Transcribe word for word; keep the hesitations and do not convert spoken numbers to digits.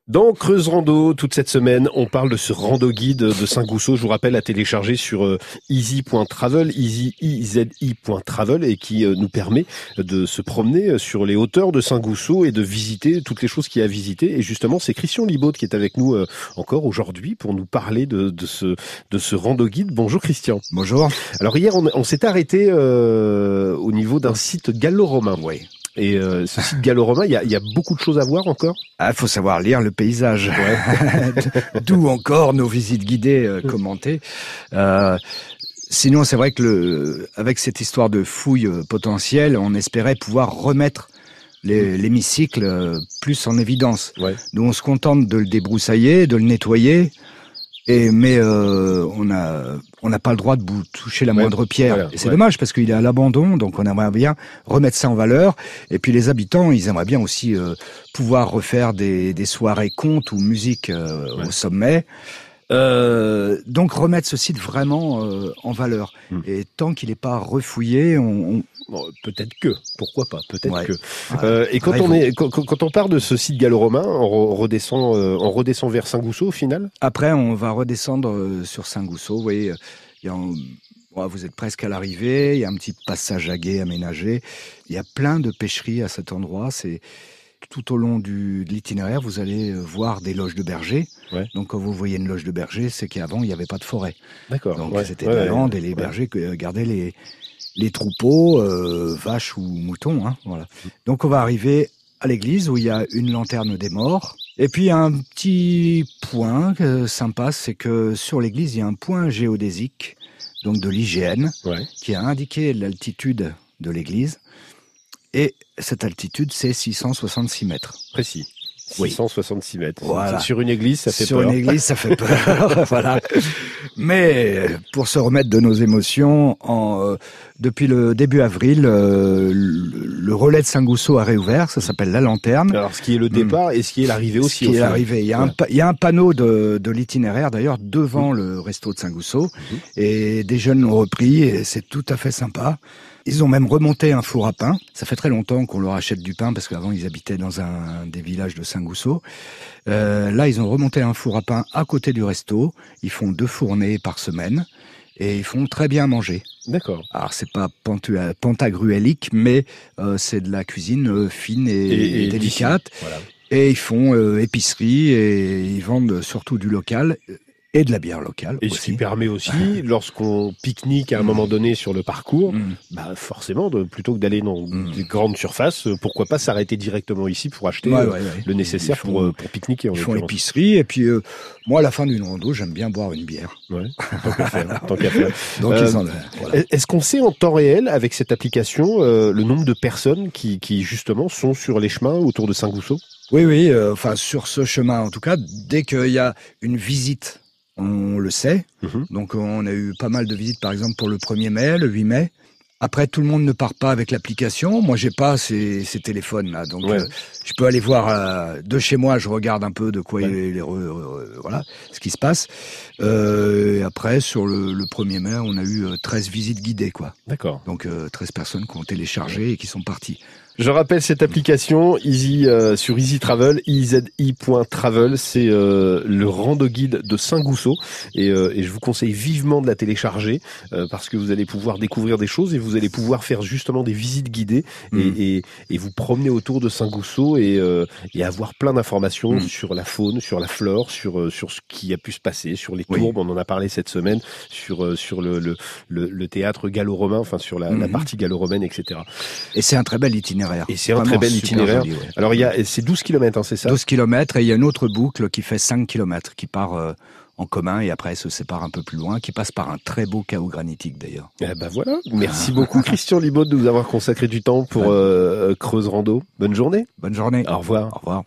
Dans Creuse Rando, toute cette semaine, on parle de ce rando guide de Saint-Gousseau. Je vous rappelle à télécharger sur euh, easy point travel, easy i z i point travel, et qui euh, nous permet de se promener sur les hauteurs de Saint-Gousseau et de visiter toutes les choses qu'il y a à visiter. Et justement, c'est Christian Libaud qui est avec nous euh, encore aujourd'hui pour nous parler de, de ce de ce rando guide. Bonjour Christian. Bonjour. Alors hier, on, on s'est arrêté euh, au niveau d'un site gallo-romain. Oui. Et euh, ce site gallo-romain, il y a, il y a beaucoup de choses à voir encore. Ah, faut savoir lire le paysage. Ouais. D'où encore nos visites guidées euh, commentées. Euh, sinon, c'est vrai que le, avec cette histoire de fouilles potentielles, on espérait pouvoir remettre les, l'hémicycle euh, plus en évidence. Ouais. Nous, on se contente de le débroussailler, de le nettoyer. Et mais euh, on a on n'a pas le droit de toucher la ouais, moindre pierre. Voilà, et c'est ouais. dommage parce qu'il est à l'abandon, donc on aimerait bien remettre ça en valeur. Et puis les habitants, ils aimeraient bien aussi euh, pouvoir refaire des, des soirées contes ou musique euh, ouais. au sommet. Euh, donc remettre ce site vraiment euh, en valeur. Hum. Et tant qu'il n'est pas refouillé, on, on... Bon, peut-être que, pourquoi pas, peut-être ouais. que. Ouais. Euh, et quand on est, quand, quand on part de ce site gallo-romain, on redescend, euh, on redescend vers Saint-Gousseau au final. Après, on va redescendre euh, sur Saint-Gousseau. Vous voyez, il y a un... ouais, vous êtes presque à l'arrivée. Il y a un petit passage à gué aménagé. Il y a plein de pêcheries à cet endroit. C'est tout au long du, de l'itinéraire, vous allez voir des loges de bergers. Ouais. Donc, quand vous voyez une loge de berger, c'est qu'avant, il n'y avait pas de forêt. D'accord. Donc, ouais. c'était ouais, de la lande ouais, et les ouais. bergers gardaient les, les troupeaux, euh, vaches ou moutons. Hein, voilà. Donc, on va arriver à l'église où il y a une lanterne des morts. Et puis, un petit point euh, sympa, c'est que sur l'église, il y a un point géodésique, donc de l'I G N, ouais. qui a indiqué l'altitude de l'église. Et cette altitude, c'est six cent soixante-six mètres. Précis. six cent soixante-six mètres. Voilà. Sur une église, ça fait Sur peur. Sur une église, ça fait peur. Voilà. Mais pour se remettre de nos émotions, en, euh, depuis le début avril, euh, le, le relais de Saint-Gousseau a réouvert. Ça s'appelle la lanterne. Alors, ce qui est le départ mmh. et ce qui est l'arrivée aussi. Ce qui est l'arrivée. Il y a ouais. un, il y a un panneau de, de l'itinéraire d'ailleurs devant mmh. le resto de Saint-Gousseau, mmh. et des jeunes l'ont repris et c'est tout à fait sympa. Ils ont même remonté un four à pain. Ça fait très longtemps qu'on leur achète du pain parce qu'avant ils habitaient dans un des villages de Saint-Gousseau. Euh, là, ils ont remonté un four à pain à côté du resto. Ils font deux fournées par semaine et ils font très bien manger. D'accord. Alors c'est pas pantagruélique, mais euh, c'est de la cuisine euh, fine et, et, et délicate. Voilà. Et ils font euh, épicerie et ils vendent surtout du local. Et de la bière locale. Et aussi. Ce qui permet aussi, lorsqu'on pique-nique à un moment donné sur le parcours, mmh. bah forcément, de, plutôt que d'aller dans mmh. des grandes surfaces, pourquoi pas s'arrêter directement ici pour acheter ouais, ouais, ouais. le nécessaire font, pour, pour pique-niquer. Ils font l'épicerie, et puis euh, moi, à la fin d'une rando, j'aime bien boire une bière. Ouais, tant qu'à faire. Tant qu'à faire. Donc, euh, ils en, voilà. Est-ce qu'on sait en temps réel, avec cette application, euh, le nombre de personnes qui, qui, justement, sont sur les chemins autour de Saint-Gousseau ? Oui, oui, euh, enfin, sur ce chemin, en tout cas, dès qu'il y a une visite, on le sait. Mmh. Donc, on a eu pas mal de visites, par exemple, pour le premier mai, le huit mai. Après, tout le monde ne part pas avec l'application. Moi, j'ai pas ces, ces téléphones-là. Donc, ouais. euh, je peux aller voir euh, de chez moi, je regarde un peu de quoi ouais. il est, les, euh, voilà, ce qui se passe. Euh, et après, sur le, le premier mai, on a eu euh, treize visites guidées, quoi. D'accord. Donc, euh, treize personnes qui ont téléchargé et qui sont parties. Je rappelle cette application Easy euh, sur Easy Travel, i z i point travel, c'est euh, le rando guide de Saint-Gousseau et, euh, et je vous conseille vivement de la télécharger euh, parce que vous allez pouvoir découvrir des choses et vous allez pouvoir faire justement des visites guidées mmh. et, et, et vous promener autour de Saint-Gousseau et, euh, et avoir plein d'informations mmh. sur la faune, sur la flore, sur euh, sur ce qui a pu se passer, sur les tourbes, oui. on en a parlé cette semaine, sur euh, sur le, le le le théâtre gallo-romain, enfin sur la, mmh. la partie gallo-romaine, et cetera. Et c'est un très bel itinéraire. Et c'est un Vraiment très bel itinéraire. Joli, ouais. Alors il y a, c'est douze kilomètres, hein, c'est ça? douze kilomètres et il y a une autre boucle qui fait cinq kilomètres, qui part euh, en commun et après se sépare un peu plus loin, qui passe par un très beau chaos granitique d'ailleurs. Eh ben voilà. Merci beaucoup Christian Libaud de nous avoir consacré du temps pour euh, Creuse Rando. Bonne journée. Bonne journée. Au revoir. Au revoir.